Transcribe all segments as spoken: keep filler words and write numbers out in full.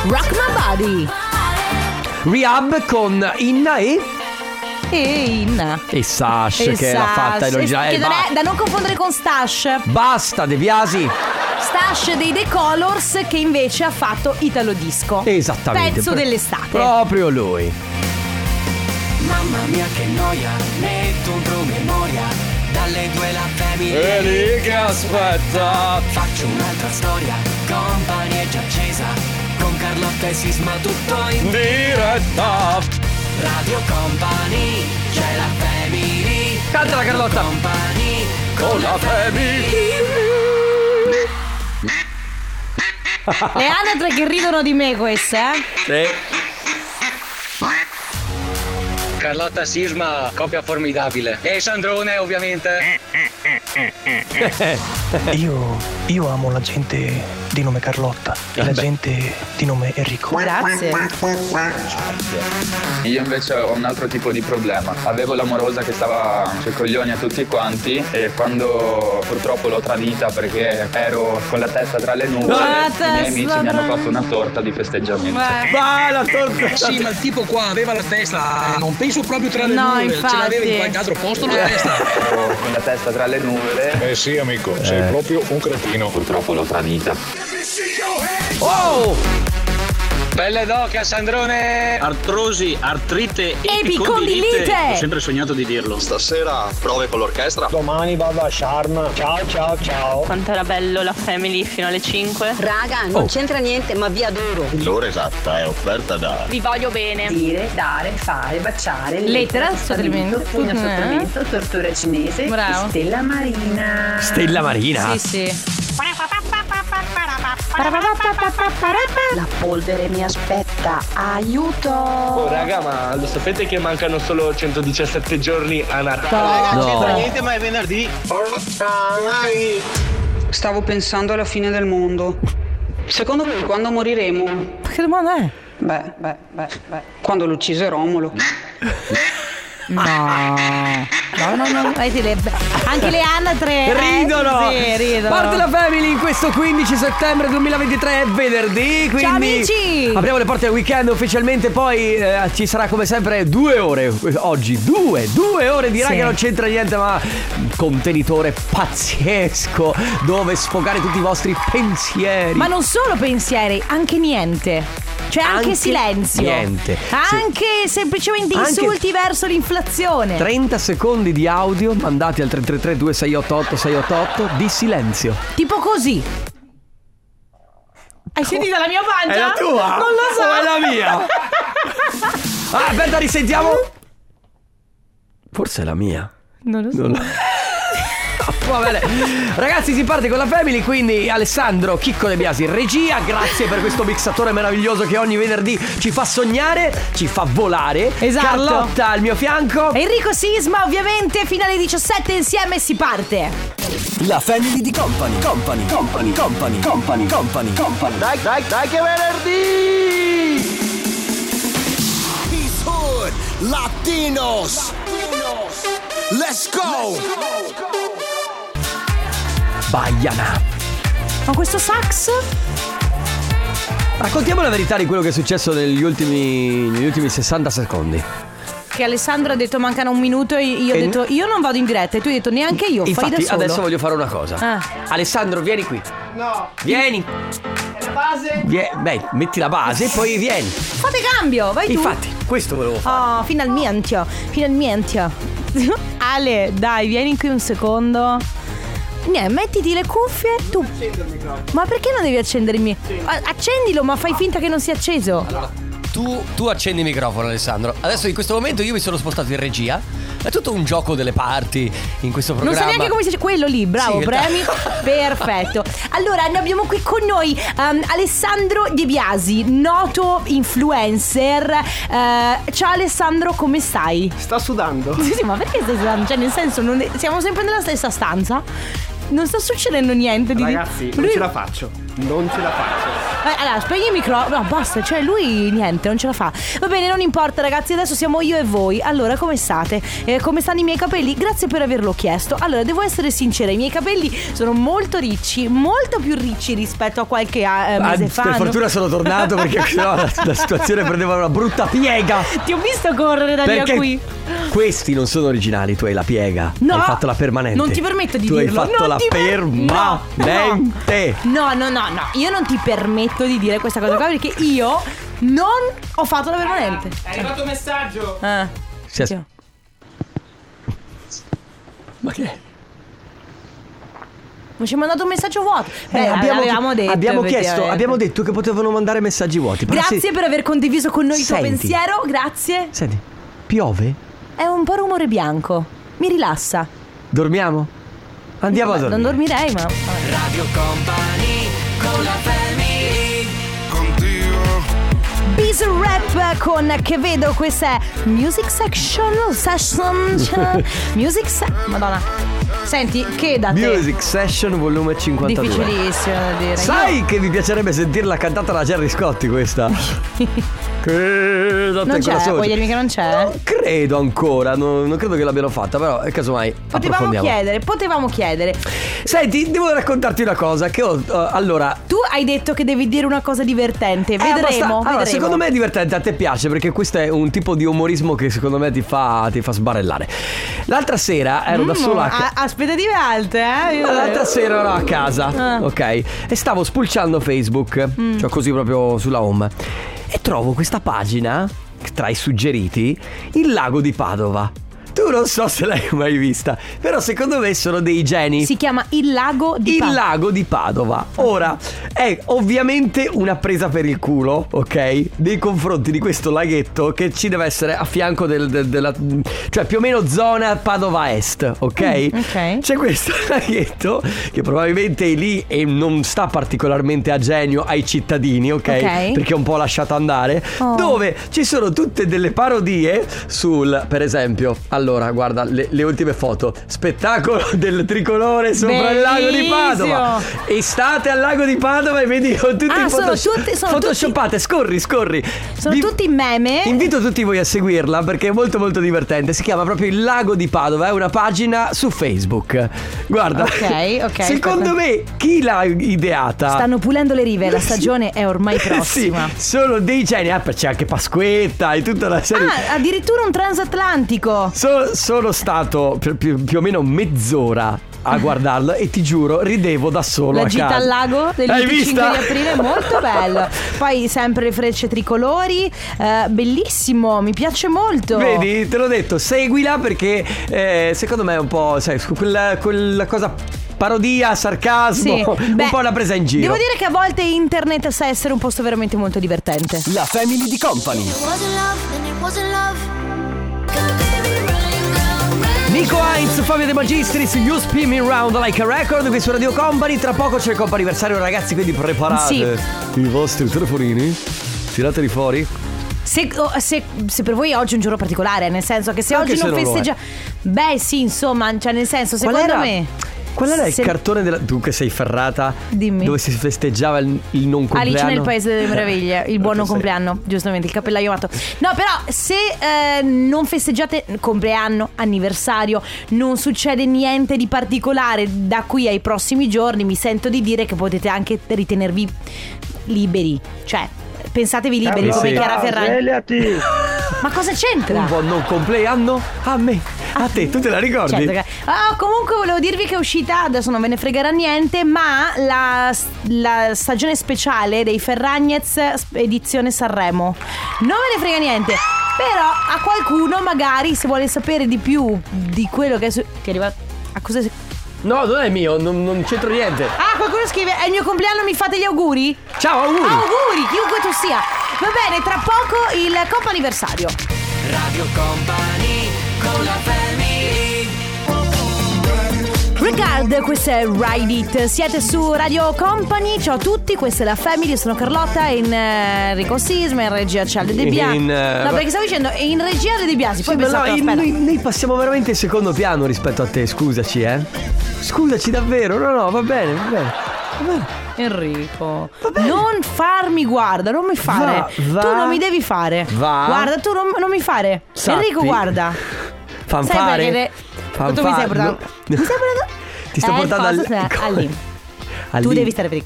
Rock My Body. Rehab con Inna e... E Inna. E Sash E che Sash. l'ha fatta in originale. Che non Ba- è, da non confondere con Stash. Basta, De Biasi. Stash dei The Colors, che invece ha fatto Italo Disco. Esattamente. Pezzo dell'estate. Proprio lui. Mamma mia che noia, metto un promemoria. Dalle due la famiglia E lì che aspetta. faccio un'altra storia, compagnia è già accesa. Con Carlotta e Sisma tutto in diretta. Radio Company, c'è la family. Canta la Carlotta. Company, Con la family. Le anatre che ridono di me queste, eh? Sì. Carlotta Sisma, coppia formidabile. E Sandrone ovviamente. Io, io amo la gente di nome Carlotta e la gente di nome Enrico. Grazie. Io invece ho un altro tipo di problema. Avevo l'amorosa che stava sui coglioni a tutti quanti e quando purtroppo l'ho tradita perché ero con la testa tra le nuvole, La i miei amici testa mi hanno tra- fatto una torta di festeggiamento. Beh. Ma la torta. Sì, ma il tipo qua aveva la testa, non penso proprio tra le No, nuvole, infatti. ce l'aveva in qualche altro posto la testa. Ero con la testa tra le nuvole. Eh sì amico, sei proprio un cretino. Purtroppo l'ho tradita. Oh! Pelle d'oca, Sandrone. Artrosi, artrite, Epicondilite. Ho sempre sognato di dirlo. Stasera prove con l'orchestra. Domani vado a Sharm. Ciao ciao ciao. Quanto era bello la family fino alle cinque. Raga, non Oh. c'entra niente, ma vi adoro. L'ora esatta è offerta da... Vi voglio bene. Dire, dare, fare, baciare, Lettera, sottolineo. pugno Eh. sottolineo, tortura cinese, Bravo. stella marina. Stella Marina. Sì, sì. La polvere mi aspetta, aiuto. Oh raga, ma lo sapete che mancano solo centodiciassette giorni a Natale? No. C'entra niente, ma è venerdì. Stavo pensando alla fine del mondo. Secondo voi quando moriremo? Ma che domanda è? Beh, beh, beh, beh. Quando l'ho ucciso Romolo. No. No, no, no. Vedi, le- Anche le anatre eh, Ridono. sì, ridono. Parte la family in questo quindici settembre duemilaventitré, è venerdì, quindi Ciao, amici. apriamo le porte al weekend ufficialmente. Poi eh, ci sarà come sempre due ore oggi, due, due ore di Sì. raga, non c'entra niente, ma contenitore pazzesco dove sfogare tutti i vostri pensieri. Ma non solo pensieri, anche niente. Cioè anche, Anche silenzio. niente. Anche semplicemente Anche- insulti verso l'inflazione. trenta secondi di audio mandati al tre tre tre due sei otto otto sei otto otto di silenzio. Tipo così. Hai sentito la mia pancia? È la tua? Non lo so. O è la mia? Ah, aspetta, risentiamo. Forse è la mia. Non lo so. Non lo- Va bene. Ragazzi, si parte con la family, quindi Alessandro Chicco De Biasi in regia. Grazie per questo mixatore meraviglioso che ogni venerdì ci fa sognare, ci fa volare. Esatto. Carlotta al mio fianco. Enrico Sisma, ovviamente, fino alle diciassette insieme si parte. La family di Company. Company. Company. Company. Company. Company. Company. Dai, dai, dai che venerdì! Peace Hood. Latinos. Let's go. Baiana. Ma questo sax? Raccontiamo la verità di quello che è successo negli ultimi, negli ultimi sessanta secondi. Che Alessandro ha detto mancano un minuto e io ho E- detto io non vado in diretta e tu hai detto neanche io, fai da Infatti solo. adesso voglio fare una cosa. Ah. Alessandro, vieni qui. No. Vieni. La base? Beh, metti la base e poi vieni. Fate cambio, vai tu. Infatti, questo volevo fare. Oh, finalmente, finalmente. Ale, dai, vieni qui un secondo. Niente, mettiti le cuffie. Tu. Ma perché non devi accendere il mio? A- Accendilo, ma fai finta che non sia acceso. Tu, tu accendi il microfono, Alessandro. Adesso in questo momento io mi sono spostato in regia. È tutto un gioco delle parti in questo Non programma. so neanche come si dice quello lì, bravo, Sì, premi. Perfetto. Allora, noi abbiamo qui con noi um, Alessandro De Biasi, noto influencer. Uh, ciao Alessandro, come stai? Sta sudando. Sì, sì, ma perché stai sudando? Cioè, nel senso, non è- siamo sempre nella stessa stanza. Non sta succedendo niente di Ragazzi, non Lui- ce la faccio. Non ce la faccio. Eh, allora, spegni il microfono. No, basta, cioè lui niente, non ce la fa. Va bene, non importa ragazzi, adesso siamo io e voi. Allora, come state? Eh, come stanno i miei capelli? Grazie per averlo chiesto. Allora, devo essere sincera, i miei capelli sono molto ricci, molto più ricci rispetto a qualche eh, mese ah, fa. Per fortuna sono tornato perché no, la, la situazione prendeva una brutta piega. Ti ho visto correre da lì a qui. Questi non sono originali, tu hai la piega. No, hai fatto la permanente. Non ti permetto di tu dirlo. Tu hai fatto non la ti permanente. No, no, no, no, io non ti permetto di dire questa cosa qua perché io non ho fatto la permanente. È arrivato un messaggio. Ah. Si è... Ma che è? Non ci ha mandato un messaggio vuoto. Beh, eh, abbiamo, avevamo detto abbiamo chiesto, abbiamo detto che potevano mandare messaggi vuoti. Grazie se... per aver condiviso con noi il tuo Senti. pensiero. Grazie. Senti, piove? È un po' rumore bianco. Mi rilassa. Dormiamo? Andiamo ma, a dormire. Non dormirei, ma Radio Company con la family. Biz Rap con Che vedo, questa è Music Section Session Music se- Madonna. Senti, che da te? Music Session volume cinquantadue. Difficilissimo da dire. Sai Io... che mi piacerebbe sentirla cantata da Gerry Scotti questa? Che da Non te c'è, vuoi dirmi che non c'è? No, credo ancora, non, non credo che l'abbiano fatta, però eh, casomai Potevamo approfondiamo. chiedere, potevamo chiedere. Senti, devo raccontarti una cosa che ho, uh, allora Tu hai detto che devi dire una cosa divertente. Vedremo, abbast- allora, vedremo. secondo me è divertente, a te piace perché questo è un tipo di umorismo che secondo me ti fa, ti fa sbarellare. L'altra sera ero mm, da sola a ca- a- aspettative alte, eh? Io L'altra sera ero a casa, ah. ok? E stavo spulciando Facebook, mm. cioè così proprio sulla home. E trovo questa pagina, tra i suggeriti, il lago di Padova. Tu non so se l'hai mai vista, però secondo me sono dei geni. Si chiama il lago di Il Padova. lago di Padova. Ora, è ovviamente una presa per il culo, ok? Nei confronti di questo laghetto che ci deve essere a fianco del, del, della... cioè più o meno zona Padova Est, ok? Mm, ok. C'è questo laghetto che probabilmente è lì e non sta particolarmente a genio ai cittadini, ok? Ok. Perché è un po' lasciato andare. Oh. Dove ci sono tutte delle parodie sul, per esempio, allora guarda le, le ultime foto. Spettacolo del tricolore sopra il lago di Padova. Estate al lago di Padova e vedi con tutti Ah, i sono photoshop- tutti- sono photoshoppate. Scorri, scorri. Sono Vi- tutti meme. Invito tutti voi a seguirla perché è molto molto divertente. Si chiama proprio il lago di Padova. È una pagina su Facebook. Guarda. Ok, ok, Secondo aspetta. me chi l'ha ideata? Stanno pulendo le rive, la stagione è ormai prossima. Sì, sono dei geni. Ah, c'è anche Pasquetta e tutta la serie. Ah, addirittura un transatlantico. So- sono stato più, più- più o meno mezz'ora a guardarlo e ti giuro ridevo da solo La a gita casa. al lago del Hai venticinque vista? di aprile è molto bello. Poi sempre le frecce tricolori, eh, bellissimo, mi piace molto. Vedi, te l'ho detto, seguila perché eh, secondo me è un po', sai, quella, quella cosa parodia, sarcasmo, Sì, un beh, po' una presa in giro. Devo dire che a volte internet sa essere un posto veramente molto divertente. La Family di Company. Nico Heinz, Fabio De Magistris, You Spin Me Round Like a Record qui su Radio Company. Tra poco c'è il comp'anniversario, ragazzi, quindi preparate Sì. i vostri telefonini, tirateli fuori. Se, oh, se, se per voi oggi è un giorno particolare, nel senso che se Anche oggi se non non lo è. festeggia. Beh, sì, insomma, cioè nel senso, Qual secondo era? me. Qual era se- il cartone della... Tu che sei ferrata. Dimmi. Dove si festeggiava il, il non compleanno? Alice nel Paese delle Meraviglie, il buon non Sì. compleanno, giustamente, il cappellaio amato. No, però se eh, non festeggiate compleanno, anniversario, non succede niente di particolare da qui ai prossimi giorni, mi sento di dire che potete anche ritenervi liberi. Cioè, pensatevi liberi Eh, come sì. Chiara Ferragni. Ma cosa c'entra? Un buon non compleanno a me, a te, tu te la ricordi? Certo che... Ah, comunque volevo dirvi che è uscita, adesso non ve ne fregherà niente, ma la, la stagione speciale dei Ferragnez edizione Sanremo. Non ve ne frega niente. Però a qualcuno magari, se vuole sapere di più di quello che è, su- che è arrivato. A cosa si... No, non è mio, non, non c'entro niente. Ah, qualcuno scrive: è il mio compleanno, mi fate gli auguri? Ciao, auguri. Auguri, chiunque tu sia. Va bene, tra poco il comp'anniversario. Radio Company con la family. Regard, questo è Ride It. Siete su Radio Company. Ciao a tutti, questa è la Family. Io sono Carlotta. In uh, Enrico Sisma, in regia c'è Ale De Biasi. In, uh, no, perché stavo dicendo in regia Ale De Biasi. Poi Sì, ma pensavo, no, aspetta. noi, noi passiamo veramente in secondo piano rispetto a te, scusaci, eh. Scusaci davvero, no, no, va bene, va bene. Va bene. Enrico, non farmi, guarda, non mi fare. Va, va. Tu non mi devi fare. Va. Guarda, tu non, non mi fare. Sappi. Enrico, guarda. Fanfare. Sai perché le... Fanfare. Tu mi stai portando. Mi stai portando. Ti sto eh, portando al... al... allì. Allì. Tu devi stare per.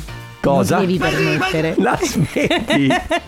Cosa? Non devi permettere. La smetti.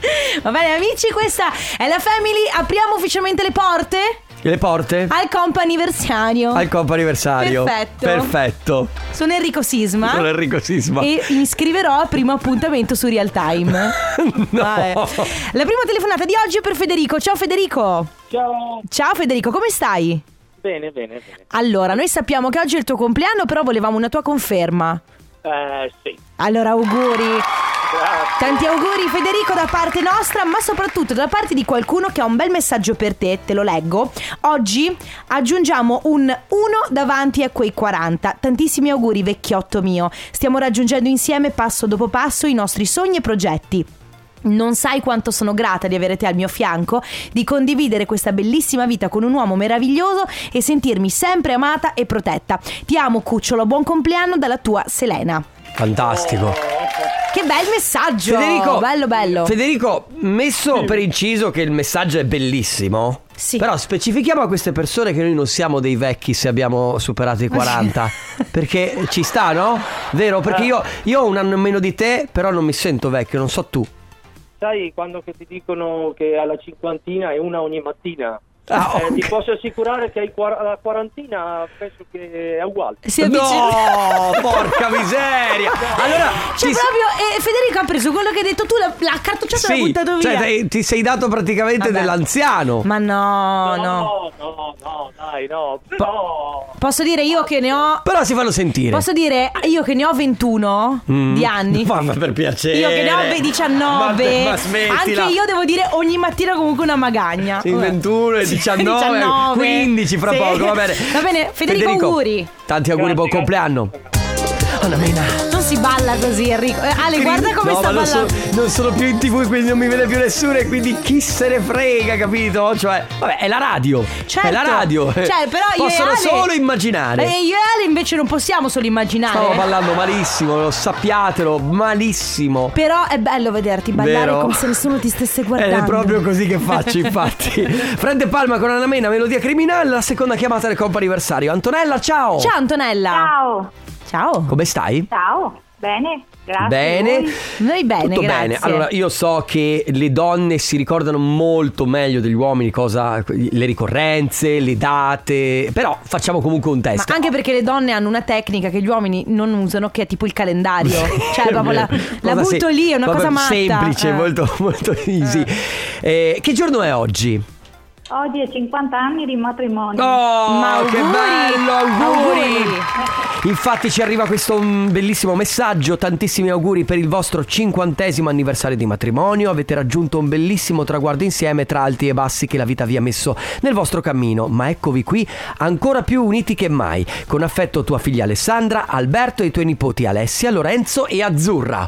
Va bene, amici, questa è la Family. Apriamo ufficialmente le porte Le porte? al comp'anniversario. Al comp'anniversario. Perfetto. Perfetto. Sono Enrico Sisma. Sono Enrico Sisma. E mi iscriverò al primo appuntamento su Real Time. No. Vabbè. La prima telefonata di oggi è per Federico. Ciao Federico. Ciao. Ciao Federico, come stai? Bene, bene, bene. Allora, noi sappiamo che oggi è il tuo compleanno, però volevamo una tua conferma. Eh, sì. Allora, auguri. Grazie. Tanti auguri Federico da parte nostra, ma soprattutto da parte di qualcuno che ha un bel messaggio per te. Te lo leggo. Oggi aggiungiamo un uno davanti a quei quaranta. Tantissimi auguri vecchiotto mio. Stiamo raggiungendo insieme passo dopo passo i nostri sogni e progetti. Non sai quanto sono grata di avere te al mio fianco, di condividere questa bellissima vita con un uomo meraviglioso e sentirmi sempre amata e protetta. Ti amo cucciolo, buon compleanno dalla tua Selena. Fantastico. Che bel messaggio. Federico, bello bello. Federico, messo per inciso che il messaggio è bellissimo. Sì. Però specifichiamo a queste persone che noi non siamo dei vecchi se abbiamo superato i quaranta. Perché ci sta, no? Vero? Perché io, io ho un anno in meno di te, però non mi sento vecchio, non so tu. Sai quando che ti dicono che alla cinquantina è una ogni mattina? Ah, eh, ok. Ti posso assicurare che ai quar- alla quarantina penso che è uguale. Si avvicina. No, porca miseria. Allora, Cioè ti- proprio eh, Federico ha preso quello che hai detto tu, l'ha, l'ha cartocciato e l'ha sì, buttato via. cioè te- ti sei dato praticamente Vabbè. dell'anziano. Ma no, no, no, no, no, dai, no. Però Posso dire io che ne ho Però si fanno sentire. Posso dire io che ne ho ventuno Mm. di anni. Mamma, per piacere. Io che ne ho diciannove. Ma, ma smettila. Anche io devo dire ogni mattina comunque una magagna. Sì, Vabbè. ventuno e diciannove, diciannove. quindici fra Sì. poco, va bene. Va bene, Federico, auguri. Tanti auguri, buon Grazie, compleanno. Anna Mena. Non si balla così, Enrico. Eh, Ale, guarda come no, sta ma non ballando. sono, non sono più in tv, quindi non mi vede più nessuno e quindi chi se ne frega, capito? Cioè, vabbè, è la radio. Certo. È la radio. Cioè, però io Possono e Ale, solo immaginare. E io e Ale invece non possiamo solo immaginare. Stavo ballando malissimo, lo sappiatelo, malissimo. Però è bello vederti ballare Vero? come se nessuno ti stesse Ed guardando. è proprio così che faccio, infatti. Fred e Palma con Anna Mena, Melodia Criminale, la seconda chiamata del comp'anniversario. Antonella, ciao. Ciao Antonella. Ciao. Ciao. Come stai? Ciao. Bene, grazie. Bene. Voi? Noi bene, Tutto grazie. bene. Allora, io so che le donne si ricordano molto meglio degli uomini cosa, le ricorrenze, le date, però facciamo comunque un test. Ma anche perché le donne hanno una tecnica che gli uomini non usano, che è tipo il calendario. Cioè proprio la, la Cosa butto se- lì, è una proprio cosa matta. semplice, Eh. molto, molto easy. Eh, che giorno è oggi? Oggi è cinquanta anni di matrimonio. Oh, Ma auguri! che bello, auguri! Auguri! Infatti ci arriva questo un bellissimo messaggio. Tantissimi auguri per il vostro cinquantesimo anniversario di matrimonio. Avete raggiunto un bellissimo traguardo insieme, tra alti e bassi che la vita vi ha messo nel vostro cammino. Ma eccovi qui ancora più uniti che mai. Con affetto tua figlia Alessandra, Alberto e i tuoi nipoti Alessia, Lorenzo e Azzurra.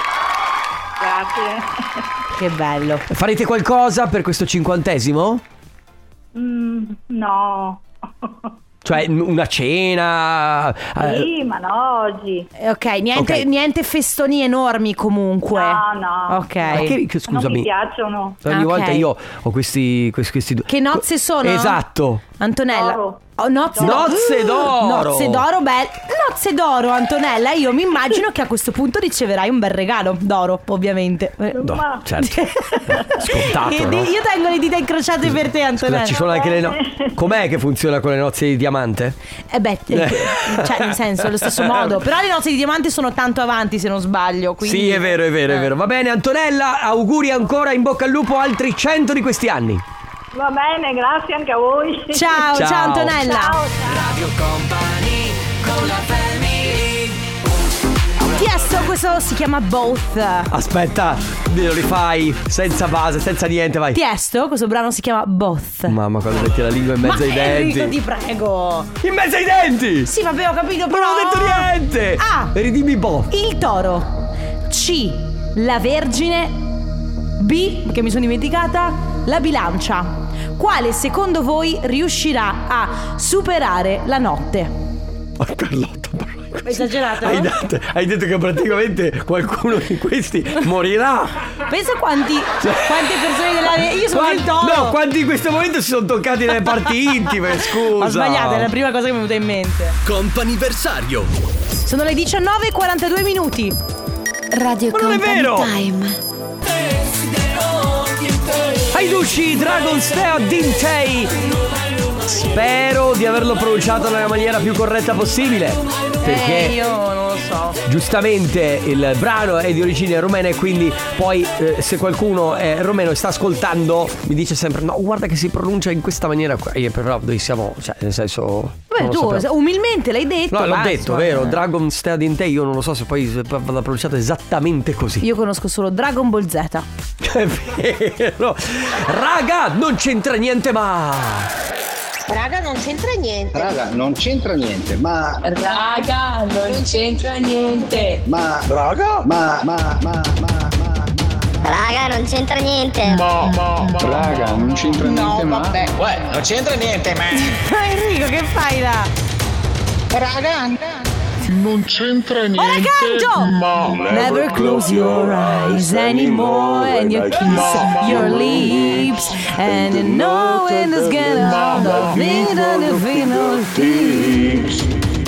Grazie. Che bello. Farete qualcosa per questo cinquantesimo? Mm, no. Cioè una cena? eh, Sì, ma no oggi. Eh, Ok, niente, Ok. niente festoni enormi comunque. No, no. Ok. Ma che, che- Non scusami, mi piacciono. ogni Ah, ok. volta io ho questi, questi, questi due. Che nozze sono? Esatto. Antonella. D'oro. Oh, nozze, Nozze d'oro. Nozze d'oro, bel. Nozze d'oro, Antonella. Io mi immagino che a questo punto riceverai un bel regalo d'oro, ovviamente. Eh. No, Ma- certo. Scontato, E no? di- Io tengo le dita incrociate per te, Scusa, Antonella. ci sono anche le no- Com'è che funziona con le nozze di diamante? Eh beh, eh, cioè nel senso, allo stesso modo. Però le nozze di diamante sono tanto avanti, se non sbaglio. Quindi... Sì, è vero, è vero, è Eh. vero. Va bene, Antonella, auguri ancora, in bocca al lupo, altri cento di questi anni. Va bene, grazie anche a voi. Ciao, ciao, Ciao. Antonella. Ciao. Radio Company con la family. Tiesto, questo si chiama Both. Aspetta, lo rifai senza base, senza niente, vai. Tiesto, questo brano si chiama Both. Mamma, quando metti la lingua in mezzo Ma ai denti. Enrico, ti prego. In mezzo ai denti! Sì, vabbè, ho capito, Non però. ho detto niente! A. Ridimmi boh. Il toro. C. La Vergine. B. Che mi sono dimenticata. La bilancia. Quale secondo voi riuscirà a superare la notte? Oh, Carlotta, Esagerato? Hai, dato, hai detto che praticamente qualcuno di questi morirà. Pensa quanti quante persone della io sono Quanti, il toro. No, quanti in questo momento si sono toccati nelle parti intime, scusa. Ho sbagliato, è la prima cosa che mi è venuta in mente. Comp'anniversario. Sono le diciannove e quarantadue minuti. Radio Ma non è Company vero. Time. Haiducci, Dragon's Den Dintei. Spero di averlo pronunciato nella maniera più corretta possibile, perché eh, io non lo so. giustamente il brano è di origine rumena e quindi poi eh, se qualcuno è romeno e sta ascoltando mi dice sempre no, guarda che si pronuncia in questa maniera qua. Io però noi siamo, cioè nel senso Beh, non lo tu sappiamo. umilmente l'hai detto. No, l'ho basta. detto, vero, Dragon's Den Dintei. Io non lo so se poi vada pronunciato esattamente così. Io conosco solo Dragon Ball Z. È vero. Raga, non c'entra niente ma Raga, non c'entra niente. Raga, non c'entra niente, ma. Raga, non c'entra niente. Ma. Raga? Ma, ma, ma, ma, ma. Raga, non c'entra niente. Ma, ma, ma. Raga, non c'entra niente, no, ma. Vabbè. Uè, non c'entra niente, ma. Enrico, che fai là? Raga, non c'entra niente. Ora canto! Ma. Never close your eyes anymore and you kiss your lips and you know when it's gonna all the thing and the final tips.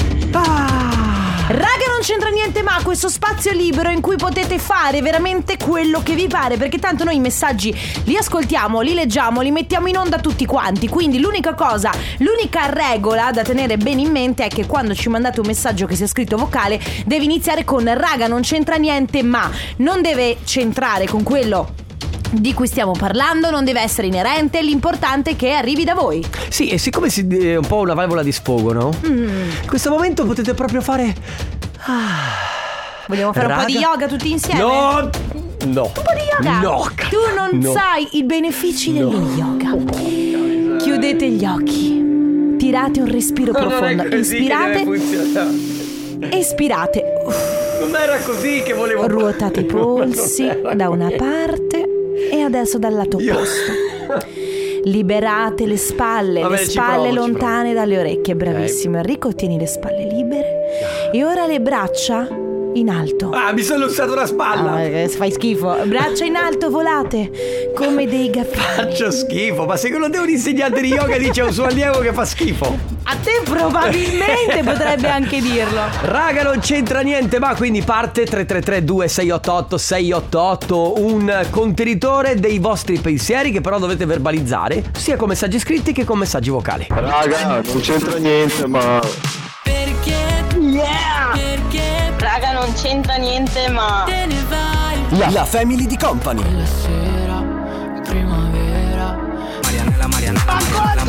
Raga, non c'entra niente ma questo spazio libero in cui potete fare veramente quello che vi pare, perché tanto noi i messaggi li ascoltiamo, li leggiamo, li mettiamo in onda tutti quanti. Quindi l'unica cosa, l'unica regola da tenere bene in mente è che quando ci mandate un messaggio che sia scritto vocale deve iniziare con raga, non c'entra niente ma. Non deve centrare con quello di cui stiamo parlando, non deve essere inerente, l'importante è che arrivi da voi. sì, e siccome si, è un po' una valvola di sfogo, no? Mm. In questo momento potete proprio fare ah, vogliamo fare raga. un po' di yoga tutti insieme? No, no. Un po' di yoga. No. Tu non no. sai i benefici no. dello yoga. Chiudete gli occhi. Tirate un respiro no, profondo. Non è così Inspirate. che deve funzionare. Espirate. Uff. Non era così che volevo. Ruotate i polsi da una parte e adesso dal lato opposto. Liberate le spalle, Vabbè, le ci spalle provo, ci lontane dalle orecchie. Bravissimo Enrico, tieni le spalle libere. E ora le braccia in alto. Ah, mi sono lussato la spalla. Ah, eh, fai schifo. Braccia in alto, volate come dei gattini. Faccio schifo. Ma secondo te un insegnante di yoga dice a un suo allievo che fa schifo? A te probabilmente potrebbe anche dirlo. Raga, non c'entra niente ma quindi parte tre tre tre due sei otto otto sei otto otto, un contenitore dei vostri pensieri che però dovete verbalizzare sia con messaggi scritti che con messaggi vocali. Raga, non c'entra niente, ma. Perché? Yeah! Perché? Raga, non c'entra niente ma te ne vai. La, la Family di Company. La sera, primavera. Marianella, Marianella, Marianella,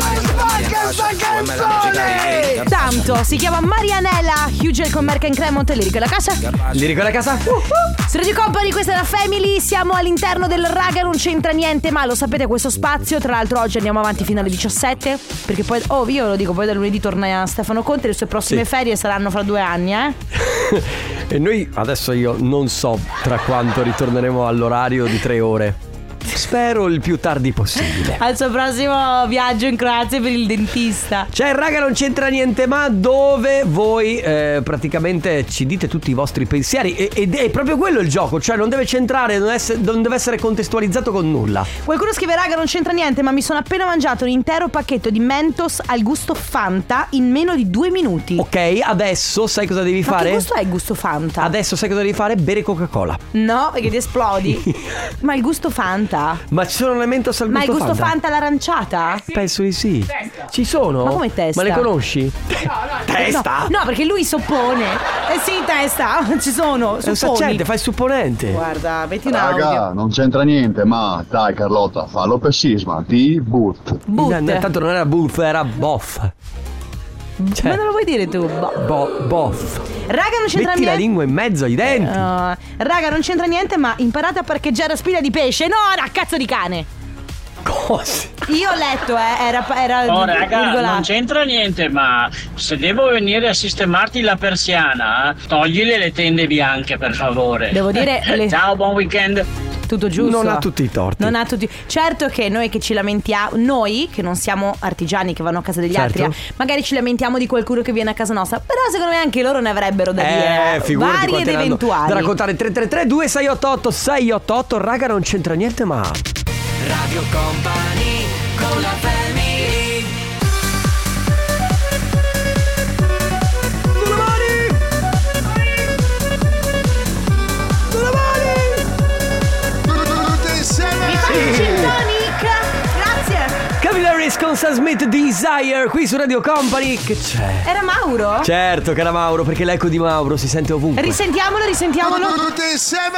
Marianella. Tanto si chiama Marianella Hugel con Merck and Cremont. Lirico alla casa. Lirico alla casa. uh-huh. Su Radio Company, questa è la Family. Siamo all'interno del raga non c'entra niente ma lo sapete questo spazio. Tra l'altro oggi andiamo avanti fino alle diciassette, perché poi, oh io lo dico, poi da lunedì torna Stefano Conte. Le sue prossime sì. ferie saranno fra due anni, eh. E noi adesso io non so tra quanto ritorneremo all'orario di tre ore. Spero il più tardi possibile. Al suo prossimo viaggio in Croazia per il dentista. Cioè raga non c'entra niente ma dove voi eh, praticamente ci dite tutti i vostri pensieri e, ed è proprio quello il gioco. Cioè non deve centrare, non, essere, non deve essere contestualizzato con nulla. Qualcuno scrive raga non c'entra niente ma mi sono appena mangiato un intero pacchetto di Mentos al gusto Fanta in meno di due minuti. Ok, adesso sai cosa devi ma fare? Che gusto è il gusto Fanta? Adesso sai cosa devi fare? Bere Coca-Cola. No, perché ti esplodi. Ma il gusto Fanta? Ma ci sono le Mentos al gusto Ma il gusto Fanta? Fanta all'aranciata? Penso di sì. Testa. Ci sono? Ma come testa? Ma le conosci? No, no, testa? No, no, perché lui suppone. Eh sì, testa. Ci sono. È un saccente, fai il supponente. Guarda, metti un Raga, audio. non c'entra niente, ma dai Carlotta, fallo per sisma, di boot. Boot. No, tanto non era buff, era boff. Cioè, ma non lo vuoi dire tu? Bo- bo- boff. Raga non c'entra Metti niente. la lingua in mezzo ai denti. uh, Raga non c'entra niente ma imparate a parcheggiare a spina di pesce. No, era cazzo di cane. Cosa? Io ho letto, eh, era, era Oh raga, virgolato. non c'entra niente, ma se devo venire a sistemarti la persiana, toglile le tende bianche per favore. Devo dire le... Ciao, buon weekend. Tutto giusto. Non ha tutti i torti. Non ha tutti. Certo che noi che ci lamentiamo, noi che non siamo artigiani che vanno a casa degli Certo. altri, magari ci lamentiamo di qualcuno che viene a casa nostra. Però secondo me anche loro ne avrebbero da Eh, dire. figurati Vari ed quante ne hanno eventuali. da raccontare. Tre tre tre due sei otto otto sei otto otto. Raga, non c'entra niente ma Radio Company con la family. Sulle mani! Sulle mani! Tutti insieme. Mi fai il gin tonic? Grazie. Calvin Harris con Sam Smith, Desire, qui su Radio Company. Che c'è? Era Mauro? Certo che era Mauro, perché l'eco di Mauro si sente ovunque. Risentiamolo, risentiamolo. Tutti insieme.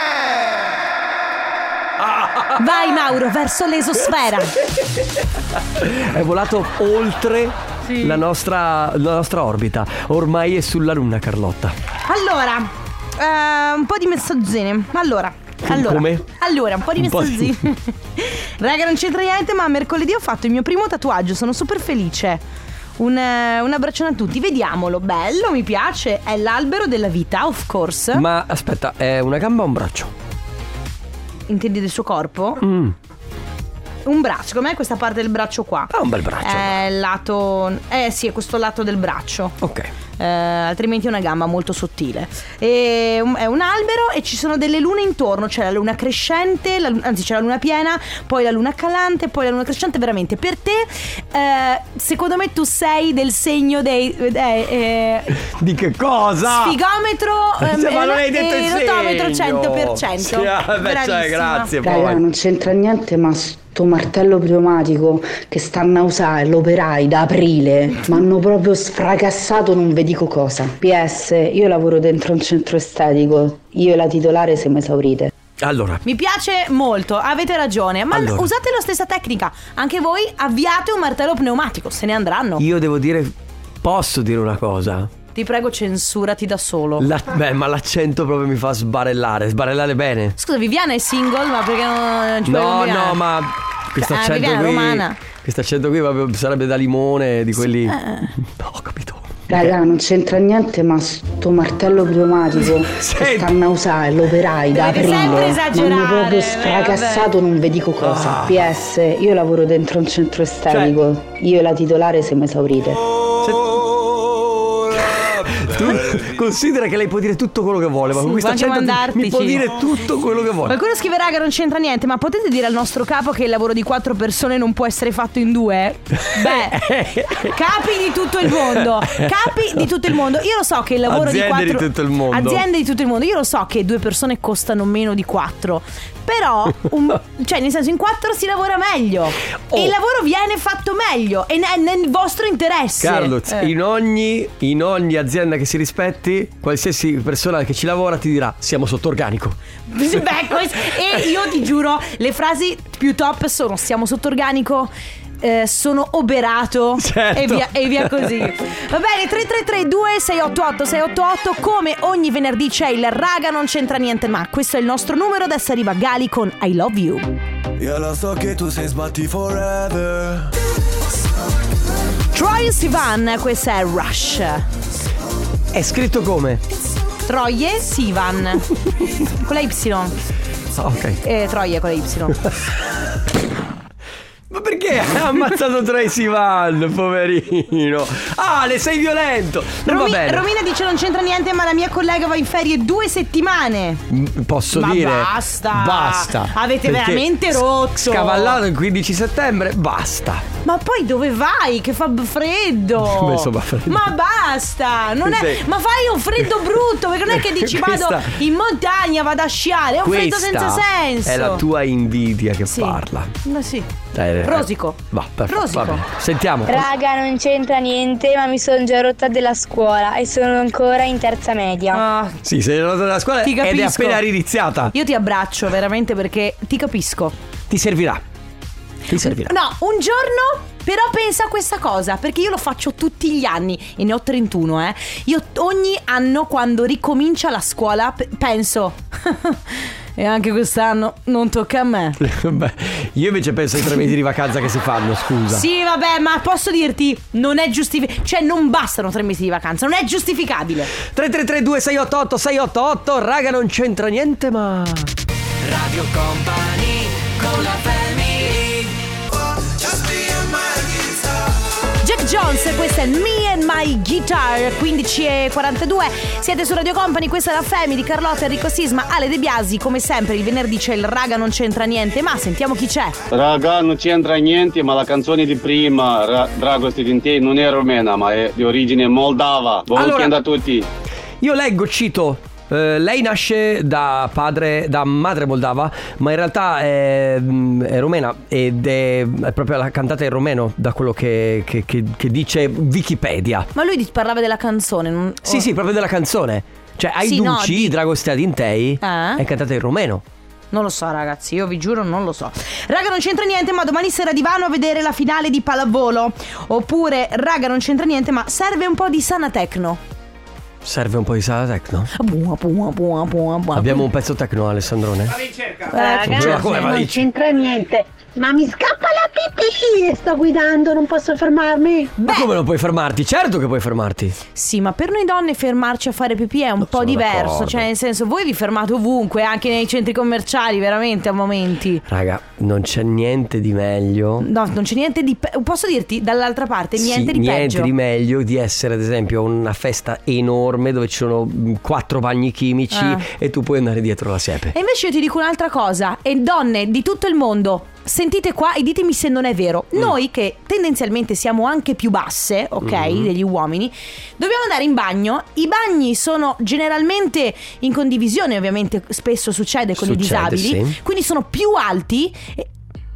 Vai Mauro, verso l'esosfera. È volato oltre Sì. la nostra, la nostra orbita. Ormai è sulla Luna, Carlotta. Allora, eh, un po' di messaggini. Allora, allora, Come? allora, un po' di Un po' di- messaggini. Raga, non c'entra niente, ma mercoledì ho fatto il mio primo tatuaggio. Sono super felice. Un, eh, un abbraccione a tutti. Vediamolo, bello, mi piace. È l'albero della vita, of course. Ma aspetta, è una gamba o un braccio? Intendi del suo corpo? Mm. Un braccio, com'è questa parte del braccio qua? Ah, un bel braccio. È il lato. Eh sì, è questo lato del braccio. Ok. Eh, altrimenti è una gamba molto sottile. E, um, è un albero e ci sono delle lune intorno. C'è la luna crescente, la, anzi c'è la luna piena, poi la luna calante, poi la luna crescente. Veramente per te, eh, secondo me tu sei del segno dei eh, eh, Di che cosa? Sfigometro eh, Sì, ma non hai detto e il rotometro segno. cento per cento. Sì, ah, beh, cioè, Bravissima. grazie. Raga, poi. non c'entra niente, ma sto martello pneumatico che stanno a usare l'operai da aprile mi hanno proprio sfracassato, non vi dico cosa. P S, io lavoro dentro un centro estetico, io e la titolare siamo esaurite. Allora, Mi piace molto, avete ragione. Ma Allora. usate la stessa tecnica. Anche voi avviate un martello pneumatico, se ne andranno. io devo dire, posso dire una cosa? Ti prego, censurati da solo. La- beh, ma l'accento proprio mi fa sbarellare. Sbarellare bene. Scusa, Viviana è single, ma perché non, non ci vuoi No, Viviana? no, ma questo Eh, accento Viviana qui. romana. Questo accento qui proprio sarebbe da limone, di quelli. Eh. No, ho capito. Raga, non c'entra niente, ma sto martello pneumatico che Senti. stanno a usare l'operai da Dovete aprile sempre mi esagerare, hanno proprio eh, sfracassato, non vi dico cosa. Ah. P S, io lavoro dentro un centro estetico, io e la titolare siamo esaurite. Tu considera che lei può dire tutto quello che vuole, ma Sì, con questo può anche accento ti- mi può mandartici. dire tutto quello che vuole. Qualcuno scrive, raga, non c'entra niente, ma potete dire al nostro capo che il lavoro di quattro persone non può essere fatto in due? Beh, capi di tutto il mondo. Capi di tutto il mondo. Io lo so che il lavoro Aziende di quattro di tutto il mondo. Aziende di tutto il mondo. Io lo so che due persone costano meno di quattro. Però, un- cioè, nel senso, in quattro si lavora meglio. Oh. E il lavoro viene fatto meglio. E è nel vostro interesse. Carlo, Eh. in ogni, in ogni azienda che si rispetti, qualsiasi persona che ci lavora ti dirà siamo sotto organico. Beh, questo- e io ti giuro, le frasi più top sono: siamo sotto organico, eh, sono oberato, Certo. e, via, e via così. Va bene, tre tre tre due sei otto otto sei otto otto. Come ogni venerdì c'è il raga non c'entra niente, ma questo è il nostro numero. Adesso arriva Gali con I Love You. Io lo so che tu sei sbatti forever. Troye Sivan, questa è Rush. È scritto come? Troye Sivan con la Y. Ah, ok. Eh, Troye con la Y. Ma perché ha ammazzato Tracy Van, poverino? Ah, le sei violento. Non Romi- va bene. Romina dice non c'entra niente, ma la mia collega va in ferie due settimane. Mm, Posso Ma dire? basta. Basta. Avete Perché veramente rotto. Scavallato il quindici settembre, basta. Ma poi dove vai? Che fa b- freddo. Beh, insomma, freddo. Ma basta. Non è... Sì. Ma fai un freddo brutto. Perché non è che dici Questa- vado in montagna, vado a sciare. È un freddo Questa senza senso. è la tua invidia che Sì. parla. Ma sì. Dai, Rosico. Va, perfetto. Rosico. Va bene. Sentiamo. Raga, non c'entra niente, ma mi sono già rotta della scuola e sono ancora in terza media. Ah, Sì, sei andata dalla scuola Ti ed è capisco. appena riniziata. io ti abbraccio veramente perché ti capisco. Ti servirà. Ti servirà. No, un giorno però pensa a questa cosa, perché io lo faccio tutti gli anni e ne ho trentuno, eh. Io ogni anno quando ricomincia la scuola p- penso e anche quest'anno non tocca a me. Beh, io invece penso ai tre mesi di vacanza che si fanno, scusa. Sì, vabbè, ma posso dirti, non è giustificabile. Cioè, non bastano tre mesi di vacanza, non è giustificabile. tre tre tre due sei otto otto sei otto otto. Raga, non c'entra niente, ma Radio Company con la family. Jack Jones, questa è Me and My Guitar. Quindici e quarantadue, siete su Radio Company, questa è la Family, Carlotta, Enrico Sisma, Ale De Biasi. Come sempre il venerdì c'è il Raga non c'entra niente, ma sentiamo chi c'è. Raga non c'entra niente, ma la canzone di prima, Ra- Drago Studentei, non è rumena ma è di origine moldava. Buon Allora, weekend a tutti. Io leggo, cito. Uh, lei nasce da padre, da madre moldava, ma in realtà è, è rumena ed è, è proprio la cantata in rumeno, da quello che, che, che, che dice Wikipedia. Ma lui parlava della canzone, non... Sì, oh. sì, proprio della canzone. Cioè, ai Sì, duci, no, di- Drago Studentei, Eh? è cantata in rumeno. Non lo so ragazzi, io vi giuro non lo so. Raga non c'entra niente, ma domani sera divano a vedere la finale di pallavolo. Oppure raga non c'entra niente, ma serve un po' di sana techno. Serve un po' di sala techno? Buah, buah, buah, buah, buah. Abbiamo un pezzo techno, Alessandrone? Raga, Cioè, come va non lì? c'entra niente. Ma mi scappa la pipì e sto guidando, non posso fermarmi. Ma come non puoi fermarti? Certo che puoi fermarti. Sì, ma per noi donne fermarci a fare pipì è un po' sono diverso. d'accordo. Cioè nel senso, voi vi fermate ovunque, anche nei centri commerciali, veramente a momenti. Raga, non c'è niente di meglio. No, non c'è niente di pe- posso dirti dall'altra parte, niente Sì, di niente peggio. di meglio di essere ad esempio a una festa enorme dove ci sono mh, quattro bagni chimici Ah. e tu puoi andare dietro la siepe. E invece io ti dico un'altra cosa. E donne di tutto il mondo, sentite qua e ditemi se non è vero. Mm. Noi che tendenzialmente siamo anche più basse, ok, Mm. degli uomini, dobbiamo andare in bagno. I bagni sono generalmente in condivisione, ovviamente spesso succede con Succede, i disabili, sì. quindi sono più alti e-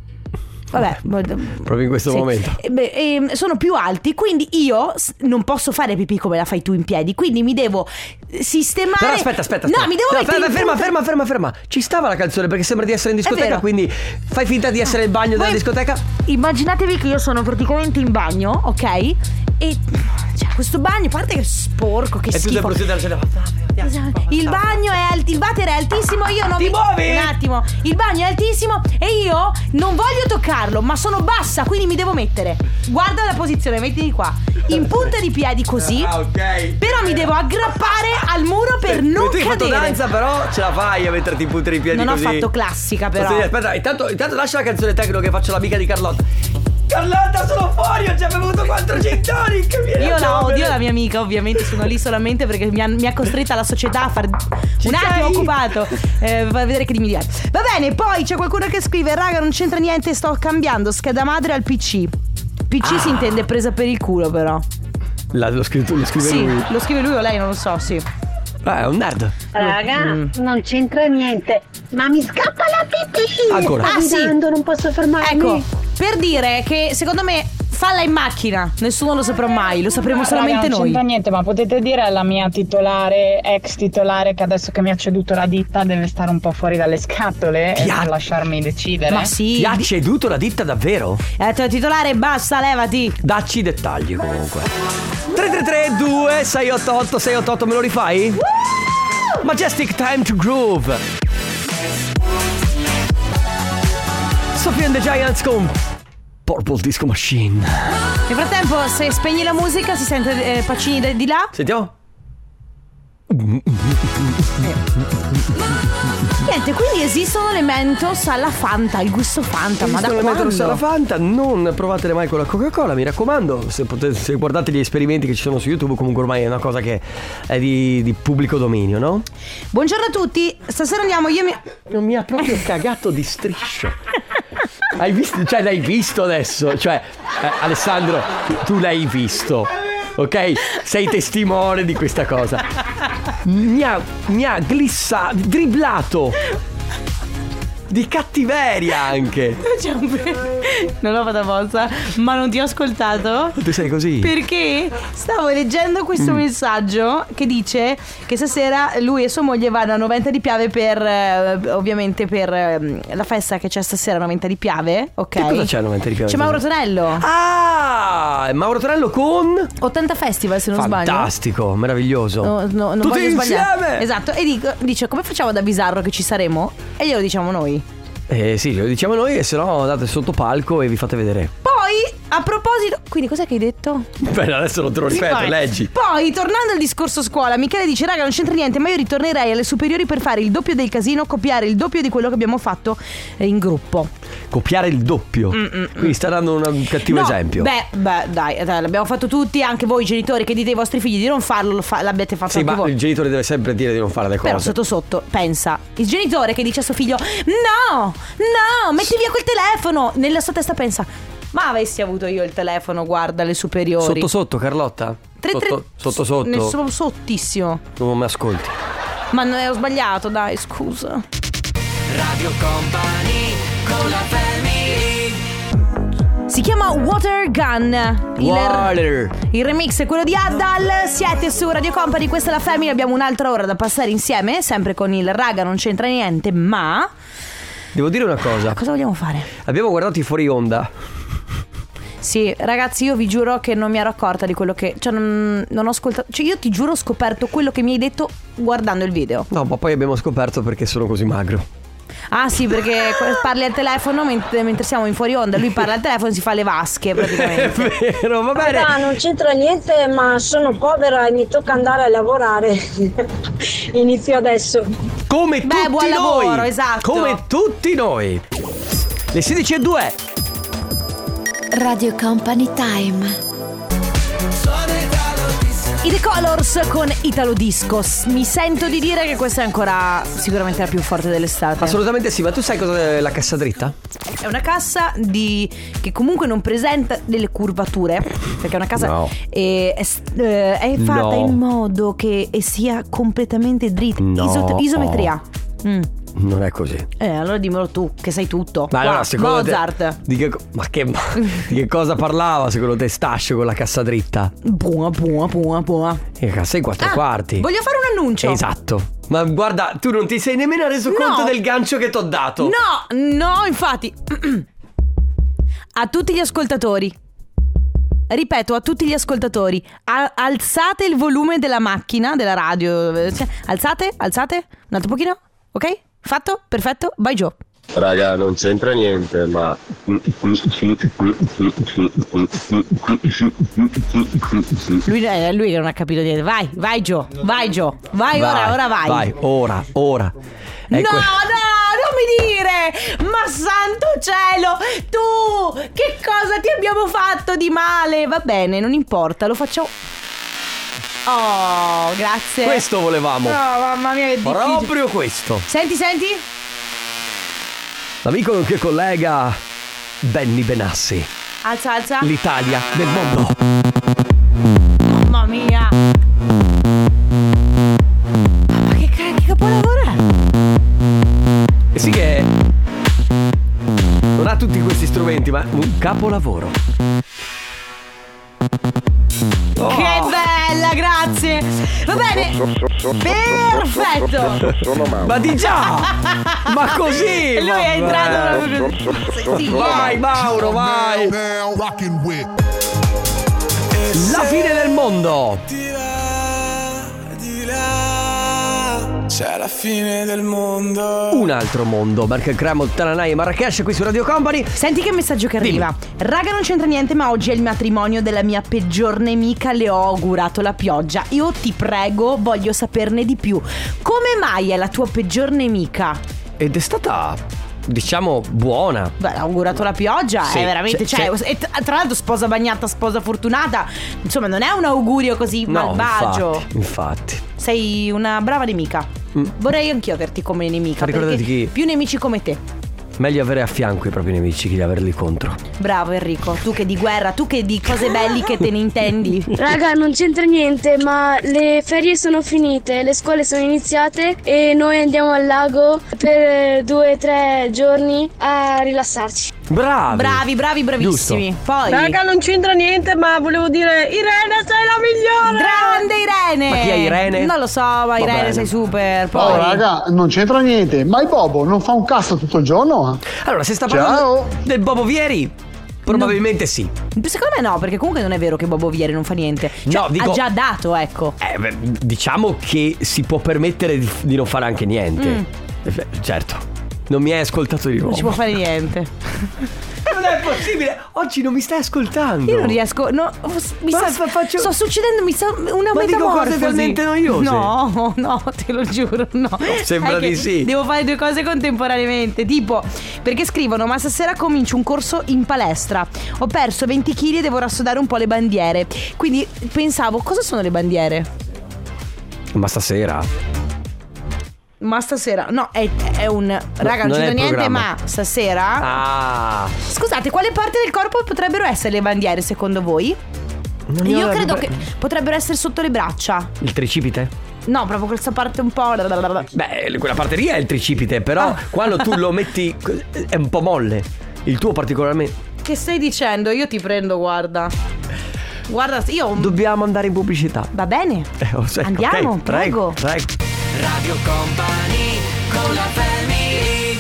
Vabbè, Proprio in questo sì. momento. Eh, beh, ehm, sono più alti, quindi io s- non posso fare pipì come la fai tu in piedi, quindi mi devo sistemare. Però aspetta, aspetta, aspetta. No, mi devo No, mettere ferma, in ferma, punta- ferma, ferma, ferma. Ci stava la canzone perché sembra di essere in discoteca, vero. quindi fai finta di essere il bagno della Voi discoteca. Immaginatevi che io sono praticamente in bagno, ok? E cioè, questo bagno, a parte che è sporco, che E tu sei schifo. proseguita alla scena. Esatto. Il bagno è alt- il water è altissimo, io non Ti mi muovi? Un attimo. Il bagno è altissimo e io non voglio toccarlo, ma sono bassa, quindi mi devo mettere. Guarda la posizione, mettiti qua. In punta di piedi così. Ah, ok. Però mi devo aggrappare al muro per non tu hai fatto cadere. danza, però ce la fai a metterti in punta di piedi Non così. ho fatto classica, però. Posso dire, aspetta, intanto, intanto lascia la canzone tecno che faccio l'amica di Carlotta. Carlotta, sono fuori, ho già bevuto quattro gin tonic. vieni Io a la odio, bere. la mia amica, ovviamente sono lì solamente perché mi ha, mi ha costretta la società a fare un attimo sei? occupato, eh, fa vedere che mi diverte. Va bene, poi c'è qualcuno che scrive: raga, non c'entra niente, sto cambiando scheda madre al P C. P C Ah. si intende presa per il culo, però. La- lo, scritto, lo scrive Sì, lui. lo scrive lui o lei, non lo so, sì. Ah, è un nerd. Raga, Mm. non c'entra niente. Ma mi scappa la pipì. Ancora. Sto Ah, sì. guidando, non posso fermarmi. Ecco, per dire che secondo me falla in macchina, nessuno lo saprà mai, lo sapremo solamente Raga, non noi. c'entra niente, ma potete dire alla mia titolare, ex titolare, che adesso che mi ha ceduto la ditta deve stare un po' fuori dalle scatole Ti e ha- non lasciarmi decidere. Ma sì. Ti ha ceduto la ditta davvero? Eh, tu titolare, basta, levati. Dacci i dettagli comunque. tre tre tre due sei otto otto sei otto otto, me lo rifai? Majestic Time to Groove. Sophie and the Giants con Purple Disco Machine. Nel frattempo, se spegni la musica, si sente eh, Pacini da- di là. Sentiamo. Niente, quindi esistono le Mentos alla Fanta, il gusto Fanta, ma da Esistono le quando? Mentos alla Fanta, non provatele mai con la Coca-Cola, mi raccomando. Se, potete, se guardate gli esperimenti che ci sono su YouTube, comunque ormai è una cosa che è di, di pubblico dominio, no? Buongiorno a tutti, stasera andiamo io e mi... Non mi ha proprio cagato di striscio. Hai visto? Cioè l'hai visto adesso? Cioè, eh, Alessandro, tu l'hai visto, ok? Sei testimone di questa cosa. Mi ha, mi ha glissato, dribblato. Di cattiveria anche. Non l'ho fatta apposta, ma non ti ho ascoltato. Tu sei così? Perché stavo leggendo questo Mm. messaggio che dice che stasera lui e sua moglie vanno a Noventa di Piave per eh, ovviamente per eh, la festa che c'è stasera a Noventa di Piave, ok? Che cosa c'è a Noventa di Piave? C'è Mauro Tonello. Ah, Mauro Tonello con ottanta Festival, se non sbaglio. Fantastico, meraviglioso. No, no, non Tutti voglio sbagliare. insieme. Esatto. E dico, dice: come facciamo da bizzarro che ci saremo? E glielo diciamo noi. Eh sì, lo diciamo noi e se no andate sotto palco e vi fate vedere. Poi A proposito, quindi cos'è che hai detto? Beh, adesso non te lo ripeto, Vabbè. leggi. Poi, tornando al discorso scuola, Michele dice: raga, non c'entra niente, ma io ritornerei alle superiori per fare il doppio del casino, copiare il doppio di quello che abbiamo fatto in gruppo. Copiare il doppio. Mm-mm. Quindi sta dando un cattivo No, esempio. Beh, beh, dai, dai, l'abbiamo fatto tutti, anche voi genitori che dite ai vostri figli di non farlo, lo fa- l'abbiate fatto Sì, anche ma voi. il genitore deve sempre dire di non fare le cose. Però sotto sotto pensa, il genitore che dice a suo figlio: no, no, metti via quel telefono. Nella sua testa pensa: ma avessi avuto io il telefono, guarda, alle superiori. Sotto sotto, Carlotta? Tre, sotto, tre- sotto sotto. Nel so- sottissimo. Non mi ascolti. Ma non ho sbagliato, dai, scusa. Radio Company con la family. Si chiama Water Gun. Il, Water. il remix è quello di Addal. Siete su Radio Company, questa è la Family. Abbiamo un'altra ora da passare insieme, sempre con il raga non c'entra niente, ma Devo dire una cosa. cosa vogliamo fare? Abbiamo guardato i fuori onda. Sì, ragazzi, io vi giuro che non mi ero accorta di quello che... Cioè, non, non ho ascoltato... Cioè, io ti giuro ho scoperto quello che mi hai detto guardando il video. No, ma poi abbiamo scoperto perché sono così magro. Ah sì, perché parli al telefono mentre, mentre siamo in fuori onda. Lui parla al telefono e si fa le vasche praticamente. È vero, va bene. Raga, non c'entra niente, ma sono povera e mi tocca andare a lavorare. Inizio adesso. Come Beh, tutti buon noi. lavoro, esatto. Come tutti noi. Le sedici e due. Radio Company Time. I The Colors con Italo Disco. Mi sento di dire che questa è ancora sicuramente la più forte dell'estate. Assolutamente sì, ma tu sai cos'è la cassa dritta? È una cassa di che comunque non presenta delle curvature, perché è una casa No. è, è, eh, è fatta No. in modo che sia completamente dritta. No. Iso- isometria. Mm. Non è così. Eh, allora dimmelo tu, che sai tutto. Ma Qua, allora, secondo Mozart. te di che, co- ma che, di che cosa parlava secondo te Stascio con la cassa dritta? Buona, buona, buona, buona. E cassa in quattro Ah, quarti. voglio fare un annuncio. Esatto. Ma guarda, tu non ti sei nemmeno reso conto No. del gancio che t'ho dato. No, no, infatti. A tutti gli ascoltatori. Ripeto, a tutti gli ascoltatori, a- alzate il volume della macchina, della radio. Cioè, alzate, alzate. Un altro pochino. Ok? Fatto? Perfetto? Vai Gio. Raga, non c'entra niente, ma Lui è lui che non ha capito niente. Vai, vai Gio. Vai Gio. Vai, ora, ora vai. Vai, ora, ora. Ecco. No, no, non mi dire! Ma santo cielo! Tu! Che cosa ti abbiamo fatto di male? Va bene, non importa, lo facciamo. Oh, grazie. Questo volevamo. No, mamma mia, che difficile. Proprio questo. Senti, senti. L'amico che collega Benny Benassi. Alza, alza. L'Italia del mondo. Mamma mia. Ma che, che capolavoro è? E sì che non ha tutti questi strumenti, ma un capolavoro. Oh. Che bella, grazie. Va bene. Perfetto. Ma di già. Ma così. Lui è entrato. Sì. Vai Mauro, vai. La fine del mondo. C'è la fine del mondo. Un altro mondo. Marco Cremo, Tananai e Marrakesh qui su Radio Company. Senti che messaggio che arriva. Raga, non c'entra niente, ma oggi è il matrimonio della mia peggior nemica. Le ho augurato la pioggia. Io ti prego, voglio saperne di più. Come mai è la tua peggior nemica? Ed è stata, diciamo, buona. Beh, ha augurato la pioggia. Sì, È veramente, c'è- cioè, e tra tra l'altro sposa bagnata, sposa fortunata. Insomma, non è un augurio così No, malvagio. infatti, infatti. Sei una brava nemica. Mm. Vorrei anch'io averti come nemica. Ricordati perché chi- più nemici come te. Meglio avere a fianco i propri nemici che di averli contro. Bravo Enrico, tu che di guerra, tu che di cose belliche te ne intendi. Raga, non c'entra niente, ma le ferie sono finite, le scuole sono iniziate e noi andiamo al lago per due o tre giorni a rilassarci. Bravi. Bravi, bravi, bravissimi. Poi Raga, non c'entra niente, ma volevo dire, Irene, sei la migliore! grande Irene. Ma chi è Irene? Non lo so, ma Irene bene. sei super. Poi Oh raga, non c'entra niente, ma il Bobo non fa un cazzo tutto il giorno? Allora, se sta Ciao. parlando del Bobo Vieri, probabilmente sì. secondo me no, perché comunque non è vero che Bobo Vieri non fa niente. Cioè, No, dico- ha già dato, ecco. Eh, beh, diciamo che si può permettere di, di non fare anche niente. Mm. Eh, beh, certo. Non mi hai ascoltato di nuovo. Non ci può fare niente. Non è possibile. Oggi non mi stai ascoltando. Io non riesco. No, mi sta, fa- faccio- sto succedendo mi sta una Ma dico metamorfosi. cose talmente noiose. No, no, te lo giuro, no. sembra È che di sì. Devo fare due cose contemporaneamente. Tipo, perché scrivono: ma stasera comincio un corso in palestra. Ho perso venti chili e devo rassodare un po' le bandiere. Quindi pensavo, cosa sono le bandiere? Ma stasera? Ma stasera, no, è, è un. Raga, non, non è c'entra il niente, programma. ma stasera. Ah. Scusate, quale parte del corpo potrebbero essere le bandiere secondo voi? Non ne ho Io la credo più che pre- potrebbero essere sotto le braccia. Il tricipite? No, proprio questa parte un po'. Beh, quella parte lì è il tricipite. Però Ah. quando tu lo metti è un po' molle. Il tuo particolarmente. Che stai dicendo? Io ti prendo, guarda. Guarda, io. Dobbiamo andare in pubblicità. Va bene. Eh, oh, ecco, Andiamo, ok, prego. prego. Radio Company con la family.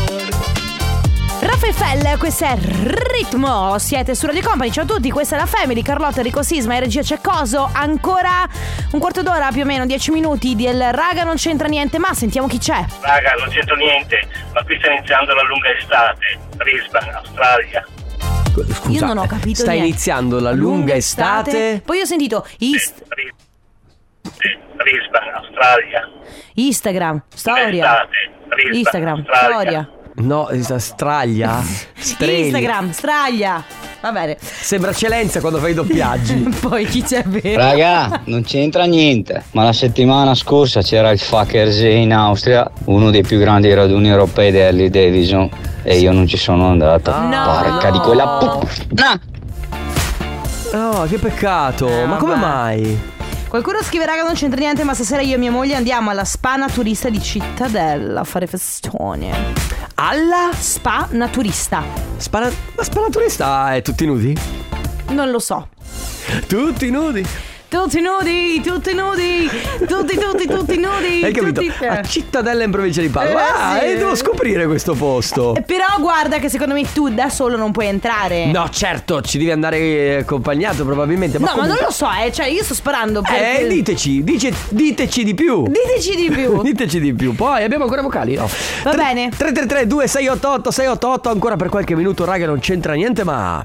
Raffa e Fell, questo è Ritmo. Siete su Radio Company, ciao a tutti, questa è la Family. Carlotta, Enrico Sisma e regia c'è Coso. Ancora un quarto d'ora, più o meno dieci minuti del Raga non c'entra niente, ma sentiamo chi c'è. Raga, non c'entro niente, ma qui sta iniziando la lunga estate. Brisbane, Australia. Scusa, Io non ho capito sta niente. iniziando la lunga estate. Poi ho sentito East, Brisbane, Australia. Instagram, storia. Estate, Brisbane, Instagram, Australia. storia. No, questa straglia. Streli. Instagram, straglia. Va bene. Sembra Celenza quando fai i doppiaggi. Poi chi c'è vero? Raga, non c'entra niente, ma la settimana scorsa c'era il Fakersee in Austria, uno dei più grandi raduni europei di Harley Davidson, e io non ci sono andata. No. Porca di quella puttana! Oh, che peccato. Eh, Ma come vabbè. mai? Qualcuno scrive: raga, non c'entra niente, ma stasera io e mia moglie andiamo alla spa naturista di Cittadella a fare festoni. Alla? Spa naturista. Spara... Ma sparaturista è tutti nudi? Non lo so. Tutti nudi. Tutti nudi, tutti nudi, tutti, tutti, tutti nudi. Hai capito? tutti- A Cittadella in provincia di Padova. Eh, Ah, sì. e devo scoprire questo posto. Però guarda che secondo me tu da solo non puoi entrare. No, certo, ci devi andare accompagnato probabilmente. No, Ma ma comunque- non lo so, eh. Cioè, io sto sparando per. Eh, diteci, dice, diteci di più. Diteci di più. Diteci di più. Poi abbiamo ancora vocali, no? Va bene. tre tre tre due sei otto otto sei otto otto. Ancora per qualche minuto, raga, non c'entra niente, ma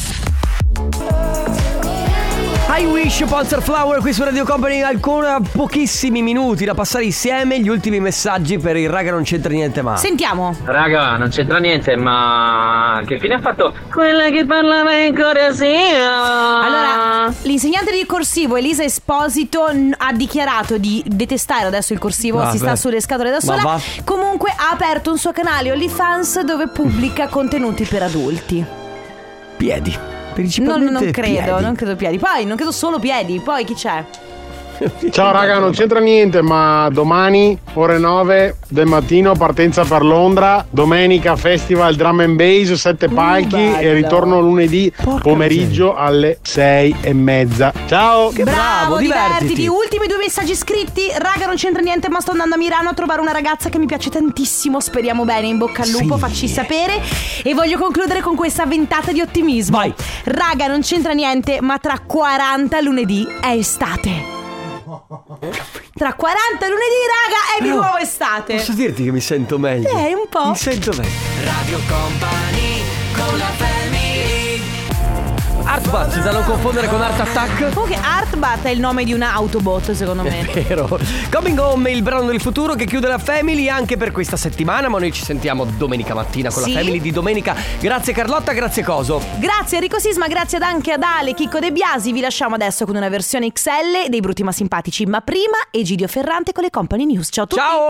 I Wish, Panzer Flower qui su Radio Company. Ancora pochissimi minuti da passare insieme. Gli ultimi messaggi per il raga non c'entra niente, ma Sentiamo. Raga, non c'entra niente, ma che fine ha fatto quella che parlava in coresia? Allora, l'insegnante di corsivo Elisa Esposito n- ha dichiarato di detestare adesso il corsivo, Vabbè. si sta sulle scatole da Ma sola. va. Comunque ha aperto un suo canale OnlyFans dove pubblica contenuti per adulti. piedi. Non, Principalmente non credo, piedi. non credo piedi. Poi non credo solo piedi, poi chi c'è? Ciao raga, non c'entra niente, ma domani ore nove del mattino partenza per Londra, domenica festival drum and bass, sette palchi bello. e ritorno lunedì pomeriggio alle sei e mezza. Ciao! Che bravo, divertiti. Ultimi due messaggi scritti. Raga, non c'entra niente, ma sto andando a Milano a trovare una ragazza che mi piace tantissimo. Speriamo bene, in bocca al lupo, Sì. facci sapere. E voglio concludere con questa ventata di ottimismo. Vai. Raga, non c'entra niente, ma tra quaranta lunedì è estate. Tra quaranta lunedì, raga, è di Però, nuovo estate. Posso dirti che mi sento meglio? Eh, un po'. Mi sento meglio. Radio Company con la family. Artbat, da non confondere con Art Attack. Comunque Artbat è il nome di un Autobot, secondo me. È vero. Coming Home, il brano del futuro che chiude la Family anche per questa settimana, ma noi ci sentiamo domenica mattina con Sì. la Family di domenica. Grazie Carlotta, grazie Coso. Grazie Enrico Sisma, grazie ad anche ad Ale, Chicco De Biasi. Vi lasciamo adesso con una versione X L dei Brutti ma Simpatici, ma prima Egidio Ferrante con le Company News. Ciao a tutti. Ciao.